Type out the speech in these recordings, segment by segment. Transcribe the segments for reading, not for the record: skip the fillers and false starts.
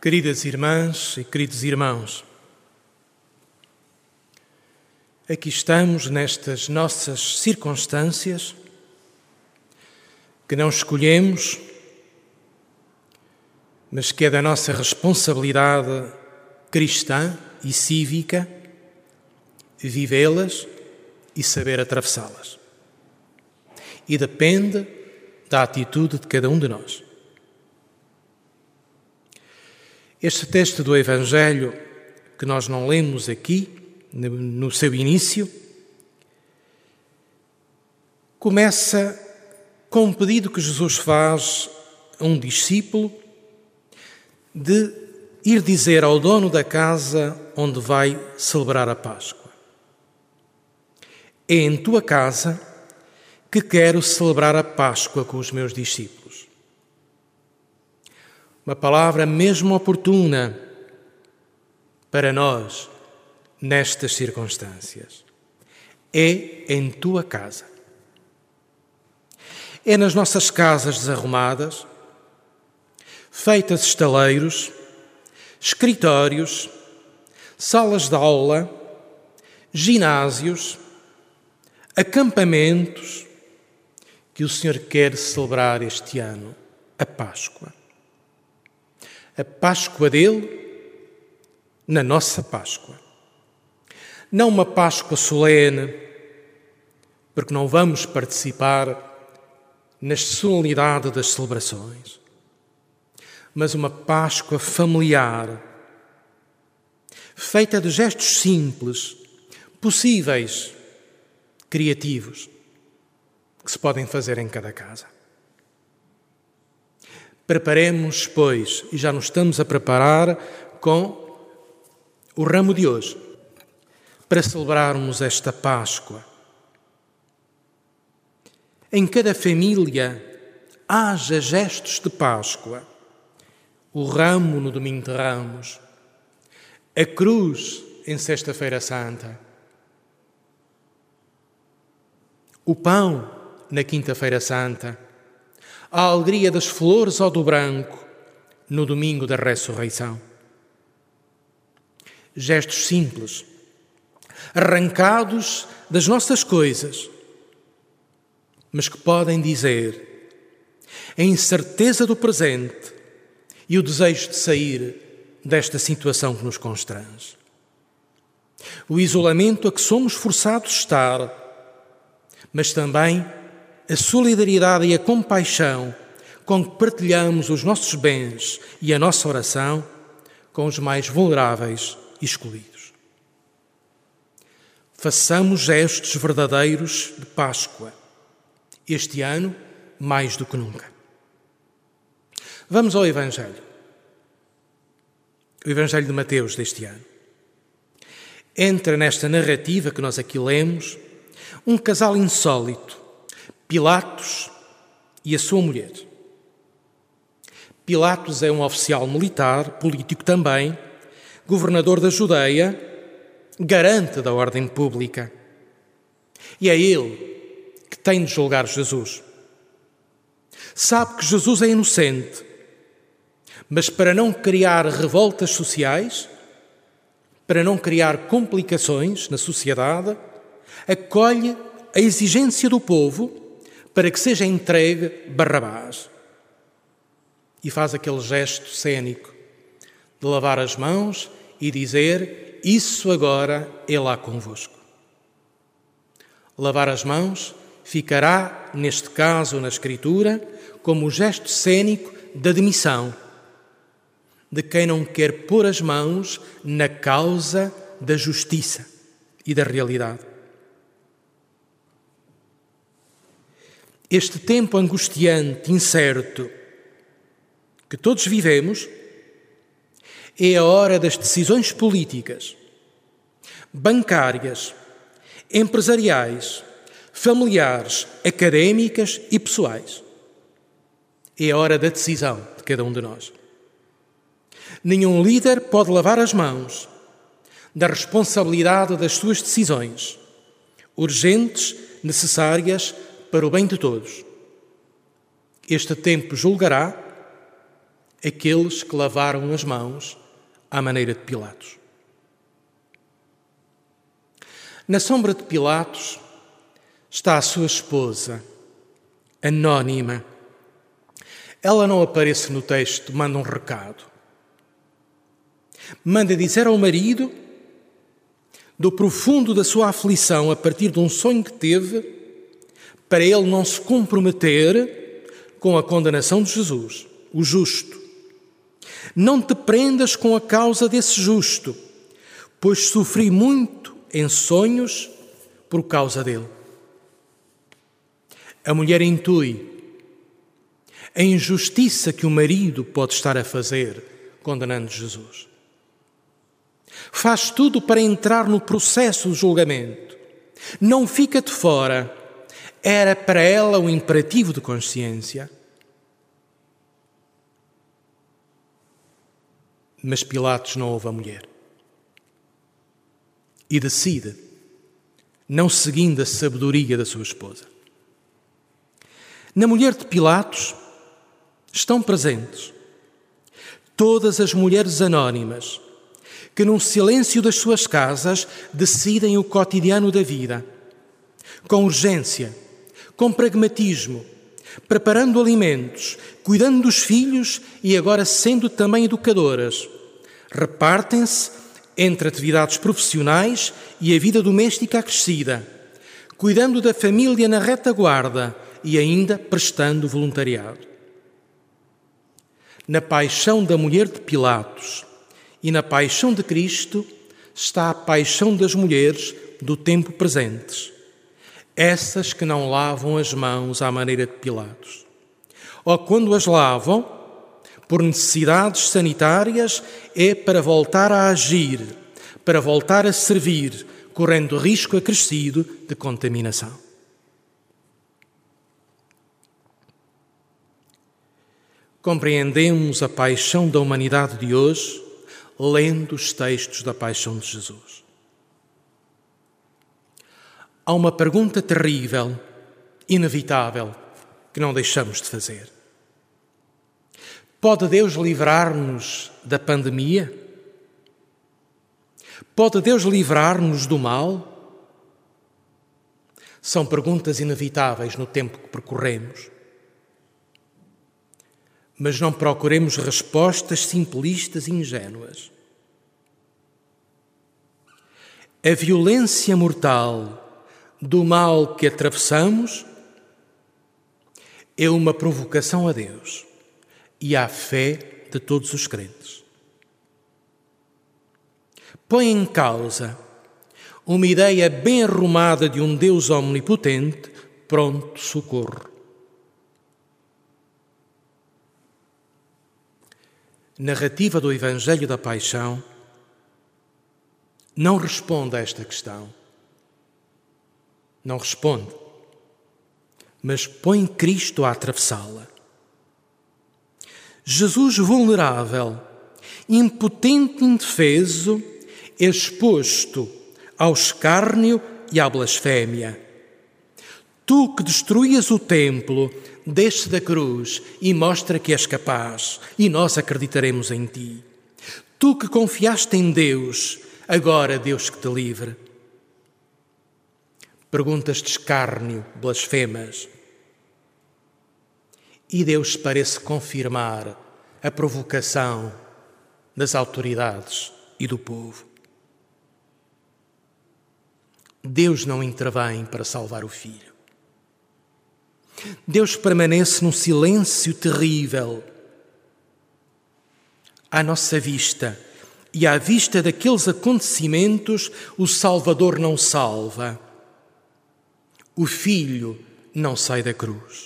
Queridas irmãs e queridos irmãos, aqui estamos nestas nossas circunstâncias que não escolhemos, mas que é da nossa responsabilidade cristã e cívica vivê-las e saber atravessá-las. E depende da atitude de cada um de nós. Este texto do Evangelho, que nós não lemos aqui, no seu início, começa com um pedido que Jesus faz a um discípulo de ir dizer ao dono da casa onde vai celebrar a Páscoa: é em tua casa que quero celebrar a Páscoa com os meus discípulos. Uma palavra mesmo oportuna para nós nestas circunstâncias. É em tua casa. É nas nossas casas desarrumadas, feitas estaleiros, escritórios, salas de aula, ginásios, acampamentos, que o Senhor quer celebrar este ano a Páscoa. A Páscoa dele na nossa Páscoa. Não uma Páscoa solene, porque não vamos participar na solenidade das celebrações, mas uma Páscoa familiar, feita de gestos simples, possíveis, criativos, que se podem fazer em cada casa. Preparemos, pois, e já nos estamos a preparar com o ramo de hoje, para celebrarmos esta Páscoa. Em cada família haja gestos de Páscoa. O ramo no domingo de Ramos, a cruz em Sexta-feira Santa, o pão na Quinta-feira Santa, a alegria das flores ou do branco no domingo da Ressurreição. Gestos simples, arrancados das nossas coisas, mas que podem dizer a incerteza do presente e o desejo de sair desta situação que nos constrange. O isolamento a que somos forçados a estar, mas também a solidariedade e a compaixão com que partilhamos os nossos bens e a nossa oração com os mais vulneráveis e excluídos. Façamos gestos verdadeiros de Páscoa, este ano mais do que nunca. Vamos ao Evangelho. O Evangelho de Mateus deste ano. Entra nesta narrativa que nós aqui lemos um casal insólito, Pilatos e a sua mulher. Pilatos é um oficial militar, político também, governador da Judeia, garante da ordem pública. E é ele que tem de julgar Jesus. Sabe que Jesus é inocente, mas para não criar revoltas sociais, para não criar complicações na sociedade, acolhe a exigência do povo para que seja entregue Barrabás. E faz aquele gesto cênico de lavar as mãos e dizer: isso agora é lá convosco. Lavar as mãos ficará, neste caso na Escritura, como o gesto cênico da demissão de quem não quer pôr as mãos na causa da justiça e da realidade. Este tempo angustiante, incerto, que todos vivemos, é a hora das decisões políticas, bancárias, empresariais, familiares, académicas e pessoais. É a hora da decisão de cada um de nós. Nenhum líder pode lavar as mãos da responsabilidade das suas decisões, urgentes, necessárias para o bem de todos. Este tempo julgará aqueles que lavaram as mãos à maneira de Pilatos. Na sombra de Pilatos está a sua esposa, anónima. Ela não aparece no texto, manda um recado. Manda dizer ao marido, do profundo da sua aflição, a partir de um sonho que teve, para ele não se comprometer com a condenação de Jesus, o justo. Não te prendas com a causa desse justo, pois sofri muito em sonhos por causa dele. A mulher intui a injustiça que o marido pode estar a fazer condenando Jesus. Faz tudo para entrar no processo de julgamento. Não fica de fora. Era para ela um imperativo de consciência. Mas Pilatos não ouve a mulher. E decide, não seguindo a sabedoria da sua esposa. Na mulher de Pilatos estão presentes todas as mulheres anónimas que, num silêncio das suas casas, decidem o cotidiano da vida, com urgência, com pragmatismo, preparando alimentos, cuidando dos filhos e agora sendo também educadoras. Repartem-se entre atividades profissionais e a vida doméstica acrescida, cuidando da família na retaguarda e ainda prestando voluntariado. Na paixão da mulher de Pilatos e na paixão de Cristo está a paixão das mulheres do tempo presentes, essas que não lavam as mãos à maneira de Pilatos. Ou quando as lavam, por necessidades sanitárias, é para voltar a agir, para voltar a servir, correndo risco acrescido de contaminação. Compreendemos a paixão da humanidade de hoje lendo os textos da paixão de Jesus. Há uma pergunta terrível, inevitável, que não deixamos de fazer. Pode Deus livrar-nos da pandemia? Pode Deus livrar-nos do mal? São perguntas inevitáveis no tempo que percorremos. Mas não procuremos respostas simplistas e ingênuas. A violência mortal do mal que atravessamos é uma provocação a Deus e à fé de todos os crentes. Põe em causa uma ideia bem arrumada de um Deus omnipotente, pronto socorro. Narrativa do Evangelho da Paixão não responde a esta questão. Não responde, mas põe Cristo a atravessá-la. Jesus vulnerável, impotente e indefeso, exposto ao escárnio e à blasfémia. Tu que destruías o templo, desce da cruz e mostra que és capaz, e nós acreditaremos em ti. Tu que confiaste em Deus, agora Deus que te livre. Perguntas de escárnio, blasfemas. E Deus parece confirmar a provocação das autoridades e do povo. Deus não intervém para salvar o filho. Deus permanece num silêncio terrível. À nossa vista e à vista daqueles acontecimentos, o Salvador não salva. O Filho não sai da cruz.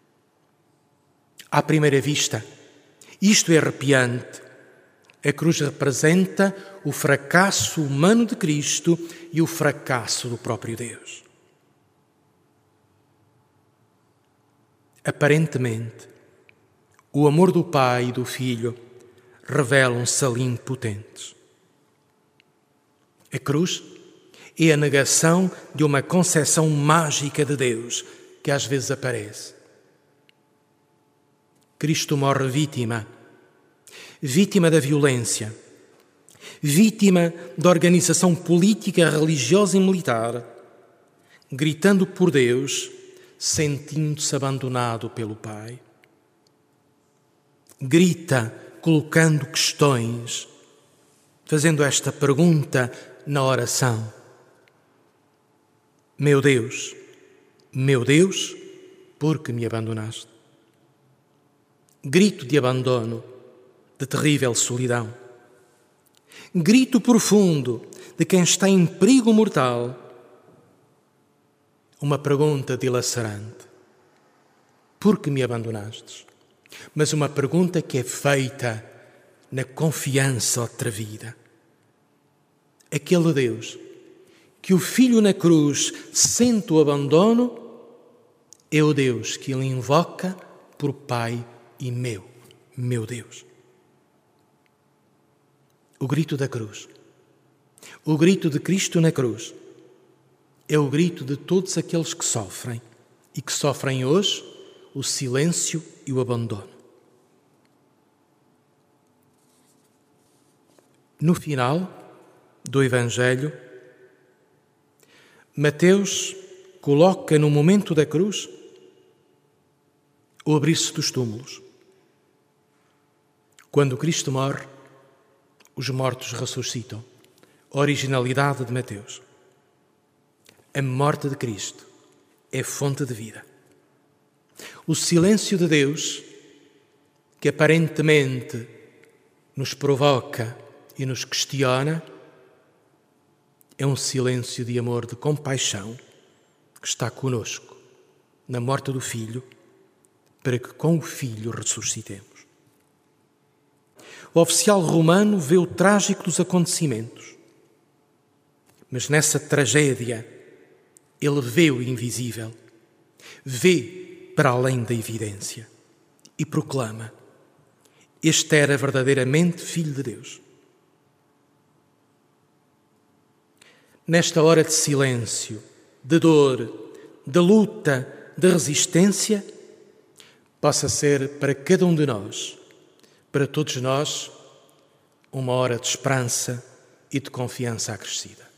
À primeira vista, isto é arrepiante. A cruz representa o fracasso humano de Cristo e o fracasso do próprio Deus. Aparentemente, o amor do Pai e do Filho revelam-se ali impotentes. A cruz é a negação de uma concepção mágica de Deus que às vezes aparece. Cristo morre vítima vítima da violência, vítima da organização política, religiosa e militar, gritando por Deus, sentindo-se abandonado pelo Pai. Grita, colocando questões, fazendo esta pergunta na oração: meu Deus, por que me abandonaste? Grito de abandono, de terrível solidão. Grito profundo de quem está em perigo mortal. Uma pergunta dilacerante: por que me abandonastes? Mas uma pergunta que é feita na confiança atrevida. Aquele Deus que o Filho na cruz sente o abandono é o Deus que ele invoca por Pai e meu Deus. O grito da cruz, o grito de Cristo na cruz, é o grito de todos aqueles que sofrem e que sofrem hoje o silêncio e o abandono. No final do Evangelho, Mateus coloca no momento da cruz o abrir-se dos túmulos. Quando Cristo morre, os mortos ressuscitam. A originalidade de Mateus. A morte de Cristo é fonte de vida. O silêncio de Deus, que aparentemente nos provoca e nos questiona, é um silêncio de amor, de compaixão, que está conosco na morte do Filho, para que com o Filho ressuscitemos. O oficial romano vê o trágico dos acontecimentos, mas nessa tragédia ele vê o invisível, vê para além da evidência e proclama: este era verdadeiramente Filho de Deus. Nesta hora de silêncio, de dor, de luta, de resistência, possa ser para cada um de nós, para todos nós, uma hora de esperança e de confiança acrescida.